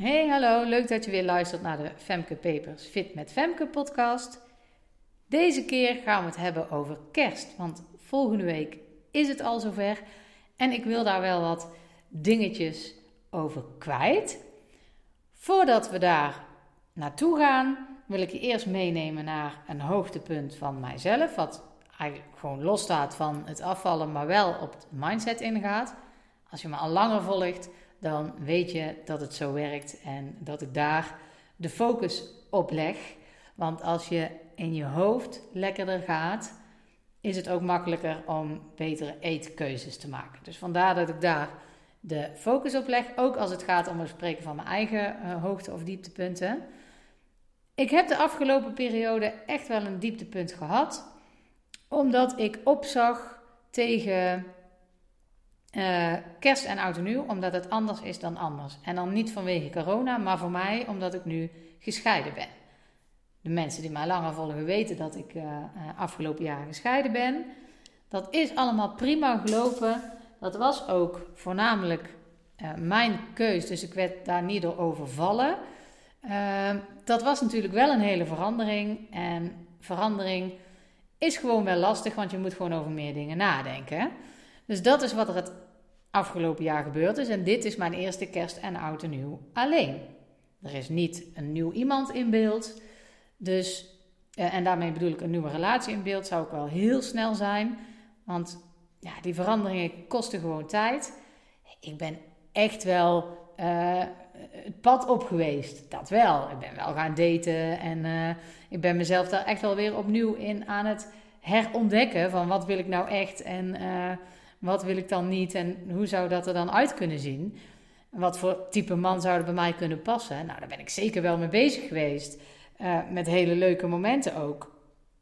Hey, hallo, leuk dat je weer luistert naar de Femke Papers Fit met Femke podcast. Deze keer gaan we het hebben over kerst, want volgende week is het al zover en ik wil daar wel wat dingetjes over kwijt. Voordat we daar naartoe gaan, wil ik je eerst meenemen naar een hoogtepunt van mijzelf, wat eigenlijk gewoon losstaat van het afvallen, maar wel op het mindset ingaat. Als je me al langer volgt, dan weet je dat het zo werkt en dat ik daar de focus op leg. Want als je in je hoofd lekkerder gaat, is het ook makkelijker om betere eetkeuzes te maken. Dus vandaar dat ik daar de focus op leg, ook als het gaat om het bespreken van mijn eigen hoogte- of dieptepunten. Ik heb de afgelopen periode echt wel een dieptepunt gehad, omdat ik opzag tegen kerst en oud en nieuw, omdat het anders is dan anders. En dan niet vanwege corona, maar voor mij omdat ik nu gescheiden ben. De mensen die mij langer volgen weten dat ik afgelopen jaar gescheiden ben. Dat is allemaal prima gelopen. Dat was ook voornamelijk mijn keus, dus ik werd daar niet door overvallen. Dat was natuurlijk wel een hele verandering. En verandering is gewoon wel lastig, want je moet gewoon over meer dingen nadenken. Dus dat is wat er het afgelopen jaar gebeurd is. En dit is mijn eerste kerst en oud en nieuw alleen. Er is niet een nieuw iemand in beeld. Dus, en daarmee bedoel ik een nieuwe relatie in beeld. Zou ook wel heel snel zijn. Want ja, die veranderingen kosten gewoon tijd. Ik ben echt wel het pad op geweest. Dat wel. Ik ben wel gaan daten. En ik ben mezelf daar echt wel weer opnieuw in aan het herontdekken. Van wat wil ik nou echt en wat wil ik dan niet en hoe zou dat er dan uit kunnen zien? Wat voor type man zou er bij mij kunnen passen? Nou, daar ben ik zeker wel mee bezig geweest. Met hele leuke momenten ook.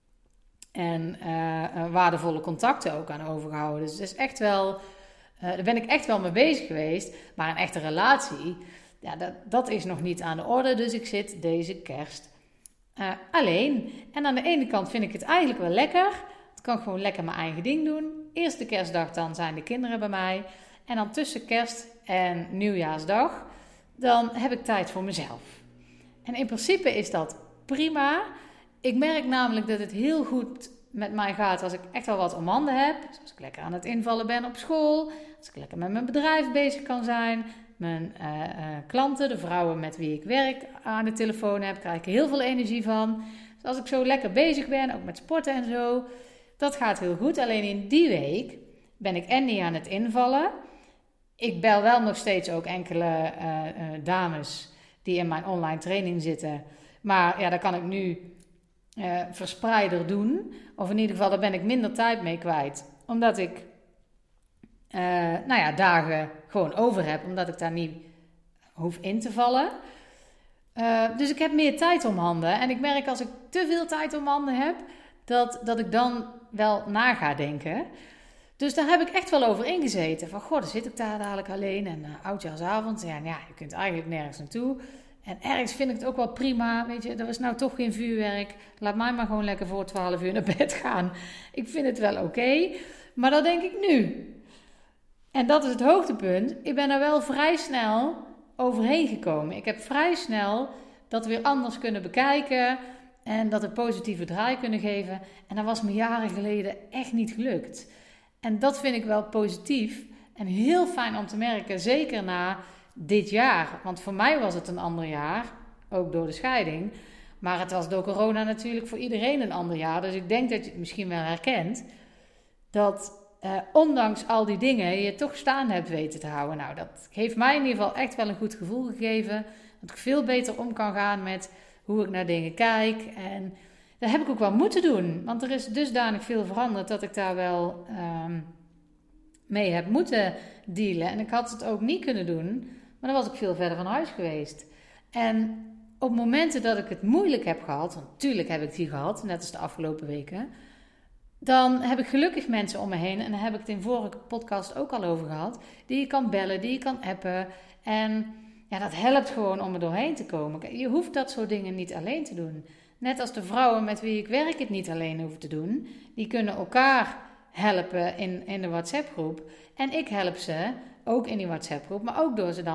En waardevolle contacten ook aan overgehouden. Dus het is echt wel, daar ben ik echt wel mee bezig geweest. Maar een echte relatie, ja, dat is nog niet aan de orde. Dus ik zit deze kerst alleen. En aan de ene kant vind ik het eigenlijk wel lekker. Ik kan gewoon lekker mijn eigen ding doen. Eerste kerstdag dan zijn de kinderen bij mij. En dan tussen kerst en nieuwjaarsdag, dan heb ik tijd voor mezelf. En in principe is dat prima. Ik merk namelijk dat het heel goed met mij gaat als ik echt wel wat om handen heb. Dus als ik lekker aan het invallen ben op school. Als ik lekker met mijn bedrijf bezig kan zijn. Mijn klanten, de vrouwen met wie ik werk, aan de telefoon heb. Krijg ik heel veel energie van. Dus als ik zo lekker bezig ben, ook met sporten en zo. Dat gaat heel goed. Alleen in die week ben ik en niet aan het invallen. Ik bel wel nog steeds ook enkele dames die in mijn online training zitten. Maar ja, dat kan ik nu verspreider doen. Of in ieder geval, daar ben ik minder tijd mee kwijt. Omdat ik dagen gewoon over heb. Omdat ik daar niet hoef in te vallen. Dus ik heb meer tijd om handen. En ik merk als ik te veel tijd om handen heb, dat ik dan wel na ga denken. Dus daar heb ik echt wel over ingezeten. Van, goh, dan zit ik daar dadelijk alleen. En oudjaarsavond, ja, je kunt eigenlijk nergens naartoe. En ergens vind ik het ook wel prima. Weet je, er is nou toch geen vuurwerk. Laat mij maar gewoon lekker voor 12 uur naar bed gaan. Ik vind het wel oké. Maar dat denk ik nu. En dat is het hoogtepunt. Ik ben er wel vrij snel overheen gekomen. Ik heb vrij snel dat weer anders kunnen bekijken. En dat een positieve draai kunnen geven. En dat was me jaren geleden echt niet gelukt. En dat vind ik wel positief. En heel fijn om te merken. Zeker na dit jaar. Want voor mij was het een ander jaar. Ook door de scheiding. Maar het was door corona natuurlijk voor iedereen een ander jaar. Dus ik denk dat je het misschien wel herkent. Dat ondanks al die dingen je toch staan hebt weten te houden. Nou, dat heeft mij in ieder geval echt wel een goed gevoel gegeven. Dat ik veel beter om kan gaan met hoe ik naar dingen kijk. En dat heb ik ook wel moeten doen. Want er is dusdanig veel veranderd dat ik daar wel mee heb moeten dealen. En ik had het ook niet kunnen doen. Maar dan was ik veel verder van huis geweest. En op momenten dat ik het moeilijk heb gehad. Want natuurlijk heb ik die gehad. Net als de afgelopen weken. Dan heb ik gelukkig mensen om me heen. En daar heb ik het in vorige podcast ook al over gehad. Die je kan bellen, die je kan appen. En ja, dat helpt gewoon om er doorheen te komen. Je hoeft dat soort dingen niet alleen te doen. Net als de vrouwen met wie ik werk het niet alleen hoeven te doen. Die kunnen elkaar helpen in de WhatsApp groep. En ik help ze ook in die WhatsApp groep. Maar ook door ze dan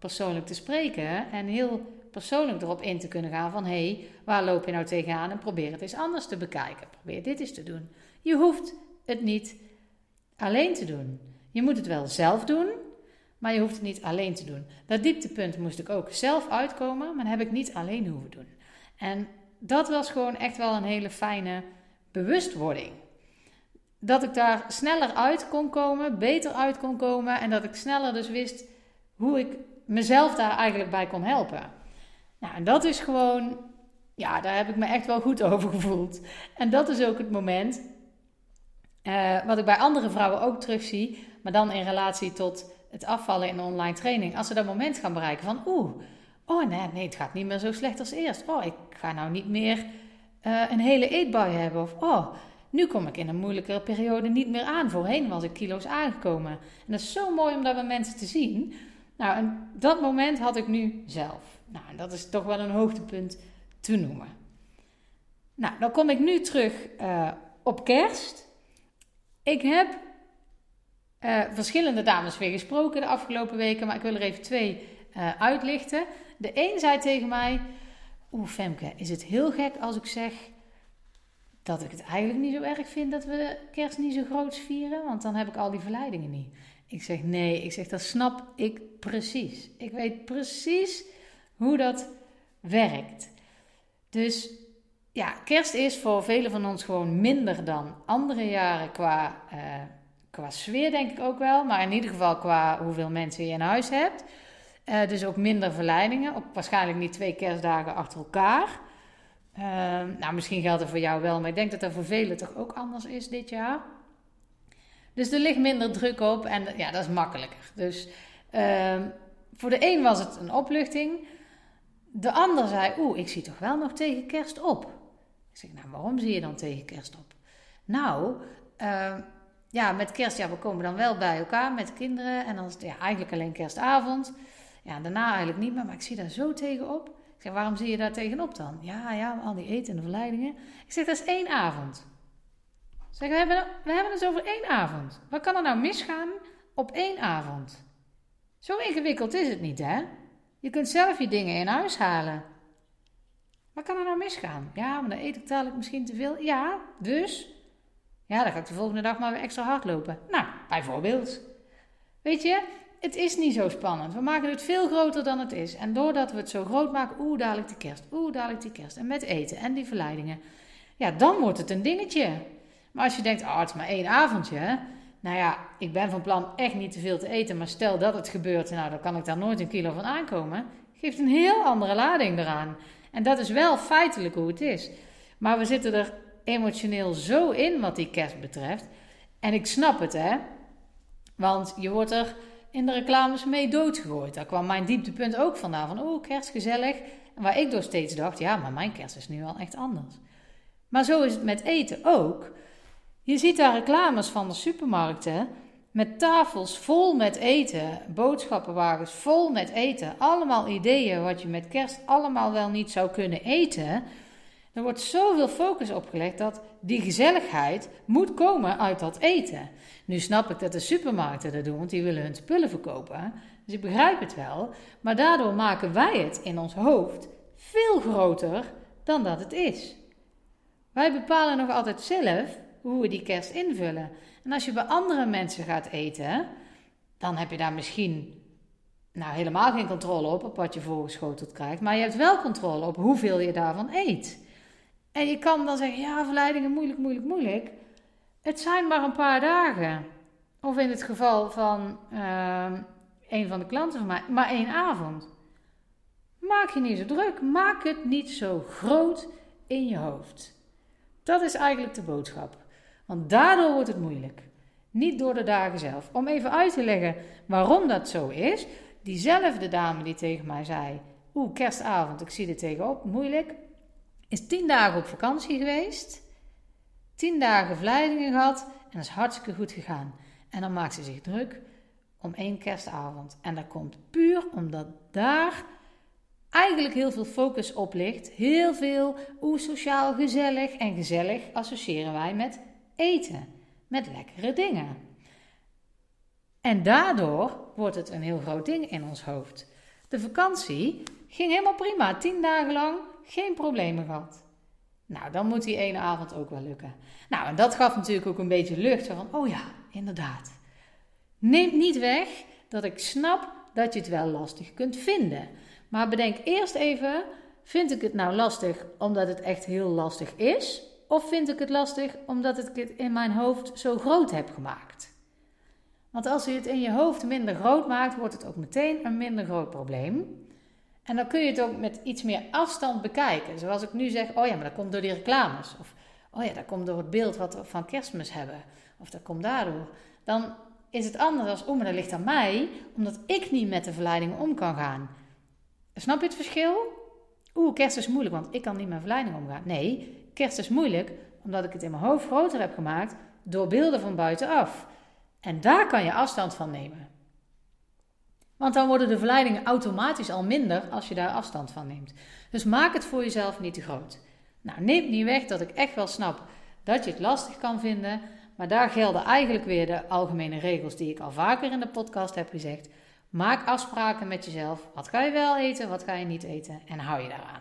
persoonlijk te spreken en heel persoonlijk erop in te kunnen gaan van waar loop je nou tegenaan en probeer het eens anders te bekijken. Probeer dit eens te doen. Je hoeft het niet alleen te doen. Je moet het wel zelf doen, maar je hoeft het niet alleen te doen. Dat dieptepunt moest ik ook zelf uitkomen, maar dat heb ik niet alleen hoeven doen. En dat was gewoon echt wel een hele fijne bewustwording. Dat ik daar sneller uit kon komen, beter uit kon komen en dat ik sneller dus wist hoe ik mezelf daar eigenlijk bij kon helpen. Nou, en dat is gewoon, ja, daar heb ik me echt wel goed over gevoeld. En dat is ook het moment wat ik bij andere vrouwen ook terugzie, maar dan in relatie tot het afvallen in online training. Als ze dat moment gaan bereiken van, nee, het gaat niet meer zo slecht als eerst. Ik ga nou niet meer een hele eetbui hebben. Of, nu kom ik in een moeilijkere periode niet meer aan. Voorheen was ik kilo's aangekomen. En dat is zo mooi om dat bij mensen te zien. Nou, en dat moment had ik nu zelf. Nou, en dat is toch wel een hoogtepunt te noemen. Nou, dan kom ik nu terug op kerst. Ik heb verschillende dames weer gesproken de afgelopen weken, maar ik wil er even 2 uitlichten. De een zei tegen mij, Femke, is het heel gek als ik zeg dat ik het eigenlijk niet zo erg vind dat we kerst niet zo groots vieren, want dan heb ik al die verleidingen niet. Ik zeg nee, dat snap ik precies. Ik weet precies hoe dat werkt. Dus ja, kerst is voor velen van ons gewoon minder dan andere jaren qua sfeer denk ik ook wel. Maar in ieder geval qua hoeveel mensen je in huis hebt. Dus ook minder verleidingen. Ook waarschijnlijk niet 2 kerstdagen achter elkaar. Misschien geldt het voor jou wel. Maar ik denk dat dat voor velen toch ook anders is dit jaar. Dus er ligt minder druk op. En ja, dat is makkelijker. Dus voor de een was het een opluchting. De ander zei, ik zie toch wel nog tegen kerst op. Ik zeg, waarom zie je dan tegen kerst op? Met kerst, we komen dan wel bij elkaar met de kinderen. En dan is het eigenlijk alleen kerstavond. Ja, daarna eigenlijk niet meer, maar ik zie daar zo tegenop. Ik zeg, waarom zie je daar tegenop dan? Ja, al die eten en de verleidingen. Ik zeg, dat is 1 avond. Ik zeg, we hebben het over 1 avond. Wat kan er nou misgaan op 1 avond? Zo ingewikkeld is het niet, hè? Je kunt zelf je dingen in huis halen. Wat kan er nou misgaan? Ja, maar dan eet ik dadelijk misschien te veel. Ja, dus? Ja, dan ga ik de volgende dag maar weer extra hard lopen. Nou, bijvoorbeeld. Weet je, het is niet zo spannend. We maken het veel groter dan het is. En doordat we het zo groot maken, dadelijk die kerst. En met eten en die verleidingen. Ja, dan wordt het een dingetje. Maar als je denkt, het is maar 1 avondje. Nou ja, ik ben van plan echt niet te veel te eten. Maar stel dat het gebeurt, dan kan ik daar nooit 1 kilo van aankomen. Geeft een heel andere lading eraan. En dat is wel feitelijk hoe het is. Maar we zitten er emotioneel zo in wat die kerst betreft. En ik snap het, hè. Want je wordt er in de reclames mee doodgegooid. Daar kwam mijn dieptepunt ook vandaan. Van, kerst, gezellig. En waar ik door steeds dacht, maar mijn kerst is nu wel echt anders. Maar zo is het met eten ook. Je ziet daar reclames van de supermarkten met tafels vol met eten, boodschappenwagens vol met eten. Allemaal ideeën wat je met kerst allemaal wel niet zou kunnen eten. Er wordt zoveel focus opgelegd dat die gezelligheid moet komen uit dat eten. Nu snap ik dat de supermarkten dat doen, want die willen hun spullen verkopen. Dus ik begrijp het wel. Maar daardoor maken wij het in ons hoofd veel groter dan dat het is. Wij bepalen nog altijd zelf hoe we die kerst invullen. En als je bij andere mensen gaat eten, dan heb je daar misschien helemaal geen controle op wat je voorgeschoteld krijgt. Maar je hebt wel controle op hoeveel je daarvan eet. En je kan dan zeggen, verleidingen moeilijk. Het zijn maar een paar dagen. Of in het geval van een van de klanten van mij, maar 1 avond. Maak je niet zo druk. Maak het niet zo groot in je hoofd. Dat is eigenlijk de boodschap. Want daardoor wordt het moeilijk. Niet door de dagen zelf. Om even uit te leggen waarom dat zo is. Diezelfde dame die tegen mij zei, kerstavond, ik zie er tegenop, moeilijk. Is 10 dagen op vakantie geweest. 10 dagen verleidingen gehad. En dat is hartstikke goed gegaan. En dan maakt ze zich druk om 1 kerstavond. En dat komt puur omdat daar eigenlijk heel veel focus op ligt. Heel veel sociaal, gezellig. En gezellig associëren wij met eten. Met lekkere dingen. En daardoor wordt het een heel groot ding in ons hoofd. De vakantie ging helemaal prima. 10 dagen lang geen problemen gehad. Nou, dan moet die ene avond ook wel lukken. Nou, en dat gaf natuurlijk ook een beetje lucht. Zo van, oh ja, inderdaad. Neemt niet weg dat ik snap dat je het wel lastig kunt vinden. Maar bedenk eerst even, vind ik het nou lastig omdat het echt heel lastig is? Of vind ik het lastig omdat ik het in mijn hoofd zo groot heb gemaakt? Want als je het in je hoofd minder groot maakt, wordt het ook meteen een minder groot probleem. En dan kun je het ook met iets meer afstand bekijken. Zoals ik nu zeg, oh ja, maar dat komt door die reclames. Of, oh ja, dat komt door het beeld wat we van Kerstmis hebben. Of dat komt daardoor. Dan is het anders als, oh, maar dat ligt aan mij. Omdat ik niet met de verleidingen om kan gaan. Snap je het verschil? Kerst is moeilijk, want ik kan niet met verleidingen omgaan. Nee, kerst is moeilijk, omdat ik het in mijn hoofd groter heb gemaakt door beelden van buitenaf. En daar kan je afstand van nemen. Want dan worden de verleidingen automatisch al minder als je daar afstand van neemt. Dus maak het voor jezelf niet te groot. Nou, neemt niet weg dat ik echt wel snap dat je het lastig kan vinden. Maar daar gelden eigenlijk weer de algemene regels die ik al vaker in de podcast heb gezegd. Maak afspraken met jezelf. Wat ga je wel eten, wat ga je niet eten en hou je daaraan.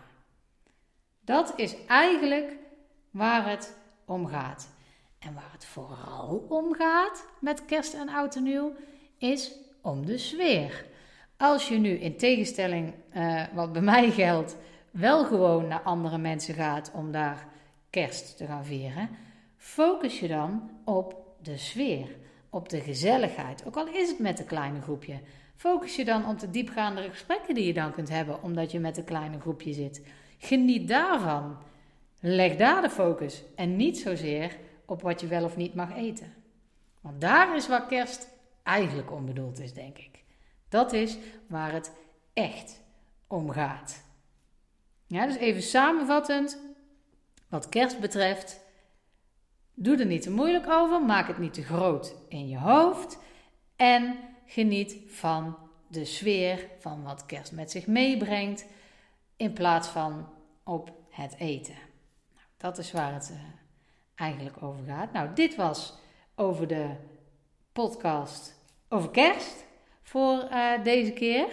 Dat is eigenlijk waar het om gaat. En waar het vooral om gaat met kerst en oud en nieuw is om de sfeer. Als je nu in tegenstelling, wat bij mij geldt, wel gewoon naar andere mensen gaat om daar kerst te gaan vieren, focus je dan op de sfeer, op de gezelligheid. Ook al is het met een kleine groepje. Focus je dan op de diepgaande gesprekken die je dan kunt hebben, omdat je met een kleine groepje zit. Geniet daarvan. Leg daar de focus en niet zozeer op wat je wel of niet mag eten. Want daar is waar kerst eigenlijk om bedoeld is, denk ik. Dat is waar het echt om gaat. Ja, dus even samenvattend, wat kerst betreft, doe er niet te moeilijk over, maak het niet te groot in je hoofd en geniet van de sfeer van wat kerst met zich meebrengt in plaats van op het eten. Nou, dat is waar het eigenlijk over gaat. Nou, dit was over de podcast over kerst voor deze keer.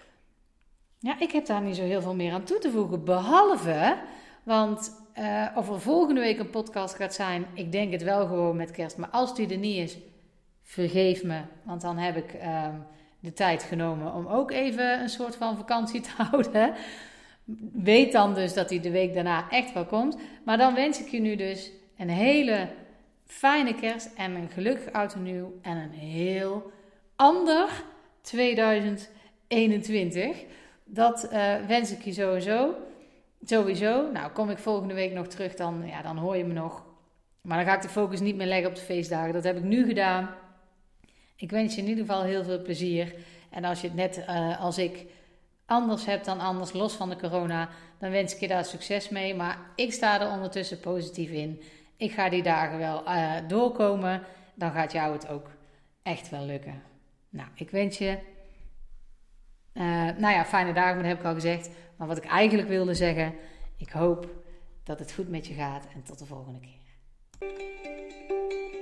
Ja, ik heb daar niet zo heel veel meer aan toe te voegen, behalve, want of er volgende week een podcast gaat zijn, ik denk het wel gewoon met kerst, maar als die er niet is, vergeef me, want dan heb ik de tijd genomen om ook even een soort van vakantie te houden. Weet dan dus dat die de week daarna echt wel komt. Maar dan wens ik je nu dus een hele fijne kerst en een gelukkig oud en nieuw en een heel ander 2021. Dat wens ik je sowieso. Nou, kom ik volgende week nog terug, dan hoor je me nog. Maar dan ga ik de focus niet meer leggen op de feestdagen. Dat heb ik nu gedaan. Ik wens je in ieder geval heel veel plezier. En als je het net als ik anders hebt dan anders, los van de corona, dan wens ik je daar succes mee. Maar ik sta er ondertussen positief in. Ik ga die dagen wel doorkomen. Dan gaat jou het ook echt wel lukken. Nou, ik wens je fijne dagen, maar dat heb ik al gezegd. Maar wat ik eigenlijk wilde zeggen, ik hoop dat het goed met je gaat en tot de volgende keer.